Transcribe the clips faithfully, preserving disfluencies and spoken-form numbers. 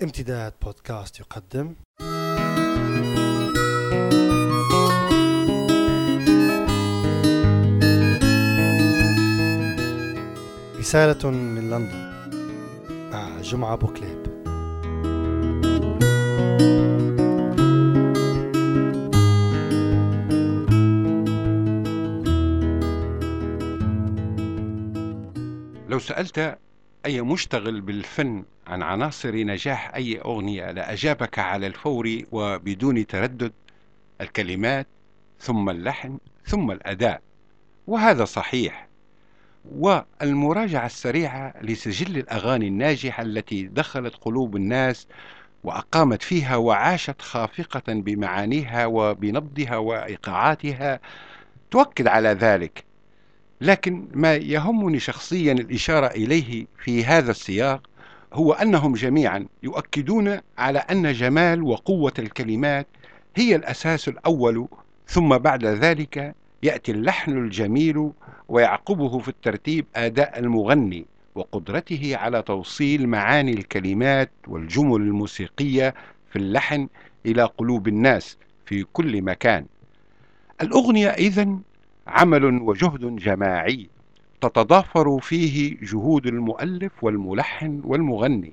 امتداد بودكاست يقدم رسالة من لندن مع جمعة بوكليب. لو سألت أي مشتغل بالفن عن عناصر نجاح أي أغنية لأجابك على الفور وبدون تردد: الكلمات، ثم اللحن، ثم الأداء. وهذا صحيح. والمراجعة السريعة لسجل الأغاني الناجحة التي دخلت قلوب الناس وأقامت فيها وعاشت خافقة بمعانيها وبنبضها وإيقاعاتها تؤكد على ذلك. لكن ما يهمني شخصيا الإشارة إليه في هذا السياق هو أنهم جميعا يؤكدون على أن جمال وقوة الكلمات هي الأساس الأول، ثم بعد ذلك يأتي اللحن الجميل ويعقبه في الترتيب أداء المغني وقدرته على توصيل معاني الكلمات والجمل الموسيقية في اللحن إلى قلوب الناس في كل مكان. الأغنية إذن عمل وجهد جماعي تتضافر فيه جهود المؤلف والملحن والمغني.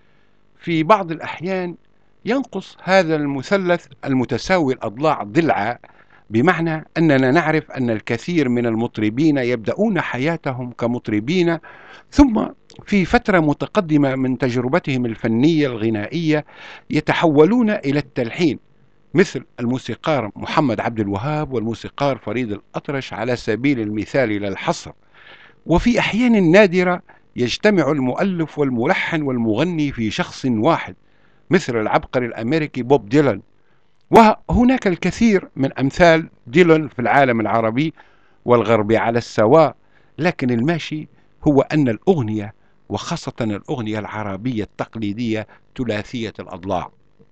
في بعض الأحيان ينقص هذا المثلث المتساوي الأضلاع ضلعا، بمعنى أننا نعرف أن الكثير من المطربين يبدأون حياتهم كمطربين، ثم في فترة متقدمة من تجربتهم الفنية الغنائية يتحولون إلى التلحين، مثل الموسيقار محمد عبد الوهاب والموسيقار فريد الأطرش على سبيل المثال لا الحصر. وفي أحيان نادرة يجتمع المؤلف والملحن والمغني في شخص واحد، مثل العبقري الأمريكي بوب ديلان. وهناك الكثير من أمثال ديلان في العالم العربي والغربي على السواء. لكن الماشي هو أن الأغنية، وخاصة الأغنية العربية التقليدية، ثلاثية الأضلاع.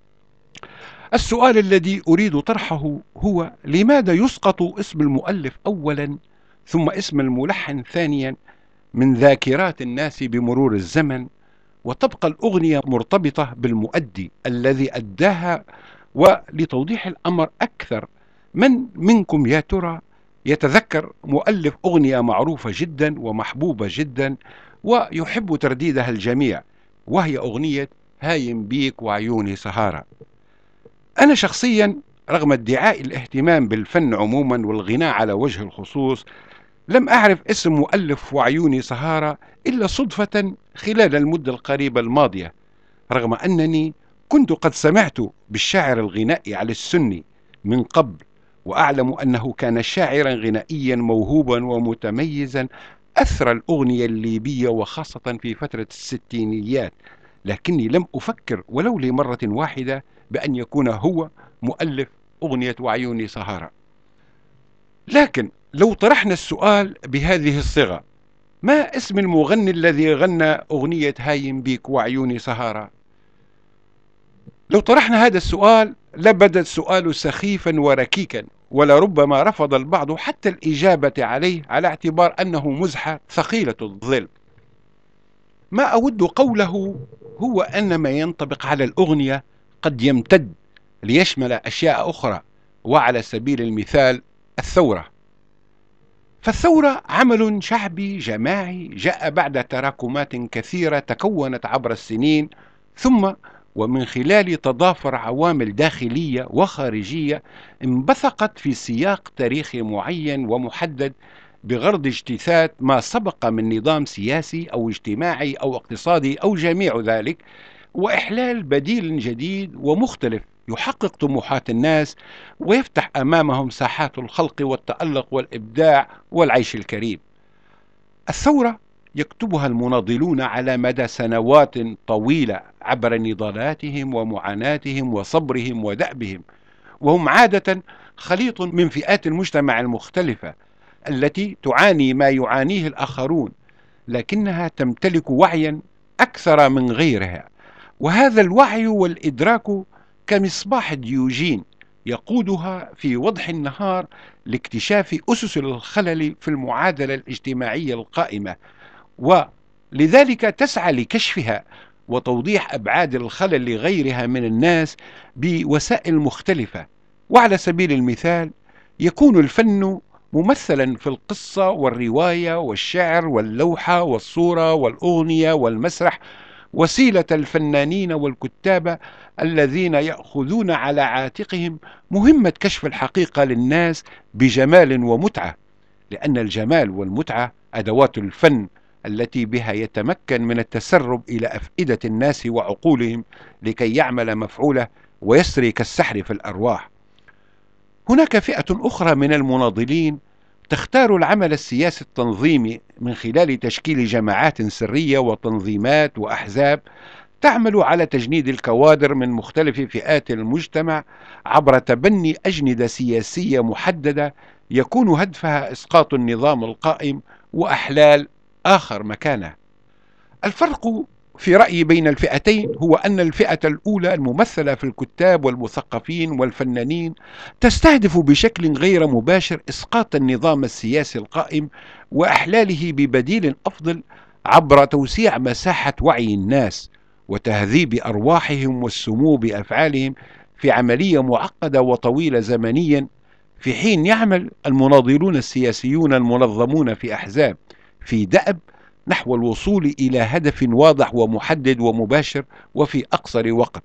السؤال الذي أريد طرحه هو: لماذا يسقط اسم المؤلف أولا ثم اسم الملحن ثانيا من ذاكرات الناس بمرور الزمن، وتبقى الأغنية مرتبطة بالمؤدي الذي أداها؟ ولتوضيح الأمر أكثر، من منكم يا ترى يتذكر مؤلف أغنية معروفة جدا ومحبوبة جدا ويحب ترديدها الجميع، وهي أغنية هايم بيك وعيوني سهارة؟ أنا شخصيا رغم ادعاء الاهتمام بالفن عموما والغناء على وجه الخصوص لم أعرف اسم مؤلف وعيوني سهارة إلا صدفة خلال المدة القريبة الماضية، رغم أنني كنت قد سمعت بالشاعر الغنائي علي السني من قبل، وأعلم أنه كان شاعرا غنائيا موهوبا ومتميزا أثرى الأغنية الليبية وخاصة في فترة الستينيات، لكني لم أفكر ولو لمرة واحدة بأن يكون هو مؤلف أغنية وعيوني سهارة. لكن لو طرحنا السؤال بهذه الصيغة: ما اسم المغني الذي غنى أغنية هايم بيك وعيوني سهارة؟ لو طرحنا هذا السؤال لبدا السؤال سخيفا وركيكا، ولربما رفض البعض حتى الإجابة عليه على اعتبار أنه مزحة ثقيلة الظل. ما أود قوله هو أن ما ينطبق على الأغنية قد يمتد ليشمل أشياء أخرى، وعلى سبيل المثال الثورة. فالثورة عمل شعبي جماعي جاء بعد تراكمات كثيرة تكونت عبر السنين، ثم ومن خلال تضافر عوامل داخلية وخارجية انبثقت في سياق تاريخي معين ومحدد بغرض اجتثاث ما سبق من نظام سياسي أو اجتماعي أو اقتصادي أو جميع ذلك، وإحلال بديل جديد ومختلف يحقق طموحات الناس ويفتح أمامهم ساحات الخلق والتألق والإبداع والعيش الكريم. الثورة يكتبها المناضلون على مدى سنوات طويلة عبر نضالاتهم ومعاناتهم وصبرهم ودأبهم، وهم عادة خليط من فئات المجتمع المختلفة التي تعاني ما يعانيه الآخرون، لكنها تمتلك وعيا أكثر من غيرها، وهذا الوعي والإدراك كمصباح ديوجين يقودها في وضح النهار لاكتشاف أسس الخلل في المعادلة الاجتماعية القائمة، ولذلك تسعى لكشفها وتوضيح أبعاد الخلل لغيرها من الناس بوسائل مختلفة. وعلى سبيل المثال يكون الفن ممثلا في القصة والرواية والشعر واللوحة والصورة والأغنية والمسرح، وسيلة الفنانين والكتاب الذين يأخذون على عاتقهم مهمة كشف الحقيقة للناس بجمال ومتعة، لأن الجمال والمتعة أدوات الفن التي بها يتمكن من التسرب إلى أفئدة الناس وعقولهم لكي يعمل مفعوله ويسري كالسحر في الأرواح. هناك فئة أخرى من المناضلين تختار العمل السياسي التنظيمي من خلال تشكيل جماعات سرية وتنظيمات وأحزاب تعمل على تجنيد الكوادر من مختلف فئات المجتمع عبر تبني أجندة سياسية محددة يكون هدفها إسقاط النظام القائم وأحلال آخر مكانه. الفرق في رأيي بين الفئتين هو أن الفئة الأولى الممثلة في الكتاب والمثقفين والفنانين تستهدف بشكل غير مباشر إسقاط النظام السياسي القائم وإحلاله ببديل أفضل عبر توسيع مساحة وعي الناس وتهذيب أرواحهم والسمو بأفعالهم في عملية معقدة وطويلة زمنيا، في حين يعمل المناضلون السياسيون المنظمون في أحزاب في دأب نحو الوصول إلى هدف واضح ومحدد ومباشر وفي أقصر وقت.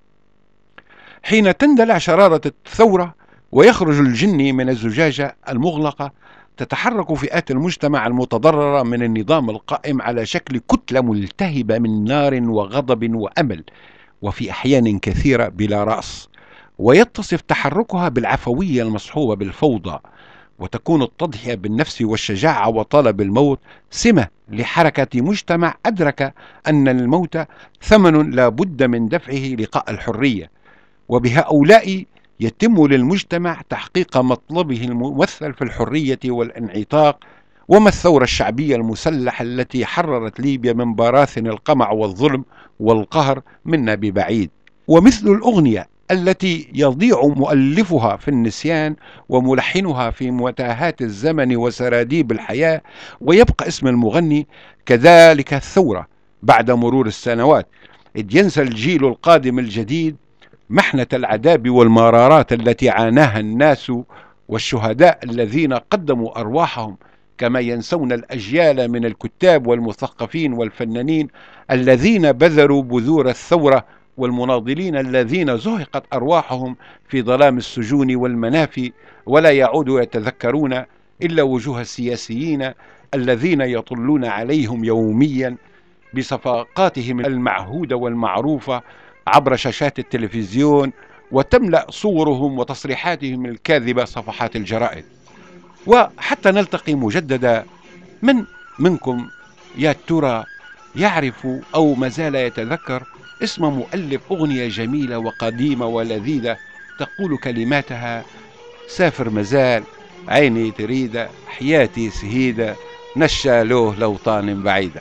حين تندلع شرارة الثورة ويخرج الجني من الزجاجة المغلقة، تتحرك فئات المجتمع المتضررة من النظام القائم على شكل كتلة ملتهبة من نار وغضب وأمل، وفي أحيان كثيرة بلا رأس، ويتصف تحركها بالعفوية المصحوبة بالفوضى، وتكون التضحية بالنفس والشجاعة وطلب الموت سمة لحركة مجتمع أدرك أن الموت ثمن لا بد من دفعه لقاء الحرية. وبهؤلاء يتم للمجتمع تحقيق مطلبه الممثل في الحرية والانعتاق. وما الثورة الشعبية المسلحة التي حررت ليبيا من براثن القمع والظلم والقهر منا ببعيد. ومثل الأغنية التي يضيع مؤلفها في النسيان وملحنها في متاهات الزمن وسراديب الحياة ويبقى اسم المغني، كذلك الثورة بعد مرور السنوات، إذ ينسى الجيل القادم الجديد محنة العذاب والمرارات التي عاناها الناس والشهداء الذين قدموا أرواحهم، كما ينسون الأجيال من الكتاب والمثقفين والفنانين الذين بذروا بذور الثورة، والمناضلين الذين زهقت أرواحهم في ظلام السجون والمنافي، ولا يعودوا يتذكرون إلا وجوه السياسيين الذين يطلون عليهم يوميا بصفقاتهم المعهودة والمعروفة عبر شاشات التلفزيون، وتملأ صورهم وتصريحاتهم الكاذبة صفحات الجرائد. وحتى نلتقي مجددا، من منكم يا ترى يعرف أو ما زال يتذكر اسم مؤلف أغنية جميلة وقديمة ولذيذة تقول كلماتها: سافر مازال، عيني تريدة، حياتي سهيدة، نشالوه لو طان بعيدة.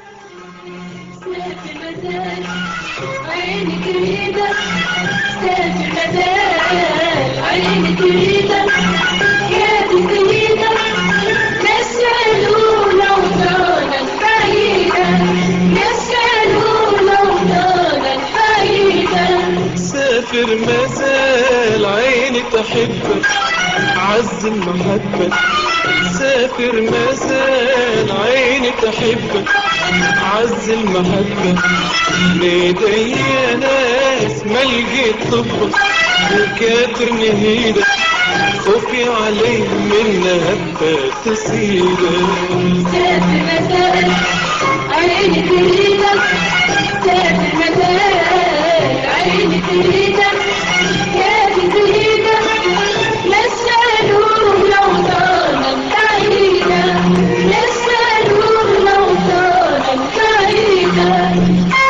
عيني تريدة، سافر مازال، عيني تريدة، حياتي سهيدة، نشالوه لو طان بعيدة، نشالوه لو طان بعيدة. سافر مازال، عيني تحبك، عز المحبة. سافر مازال، عيني تحبك، عز المحبة. ليدي يا ناس ما لقيت طبك، وكاتر نهيدة، خوفي عليه من هبة تسيدة. سافر مازال، عيني تريدة، سافر مازال، عيني تريدة، حياتي سهيدة، نشالوه لو طالت بعيدة، نشالوه لو طالت بعيدة.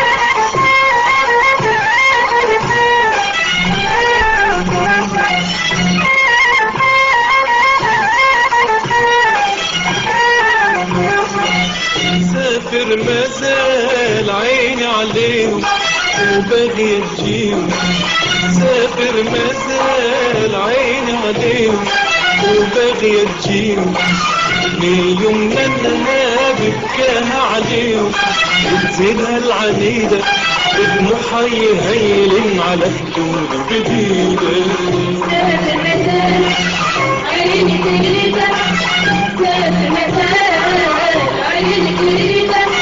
سافر مازال، عيني عليهم وباغي تجيهم. سافر مازال، عيني عليهم وباغي تجيهم. من يومنا النهار بكاها عليهم، زينها العنيدة بدموعها يهيلن على خدود جديدة. سافر مسافر عيني تريدك، سافر مسافر عيني تريدك،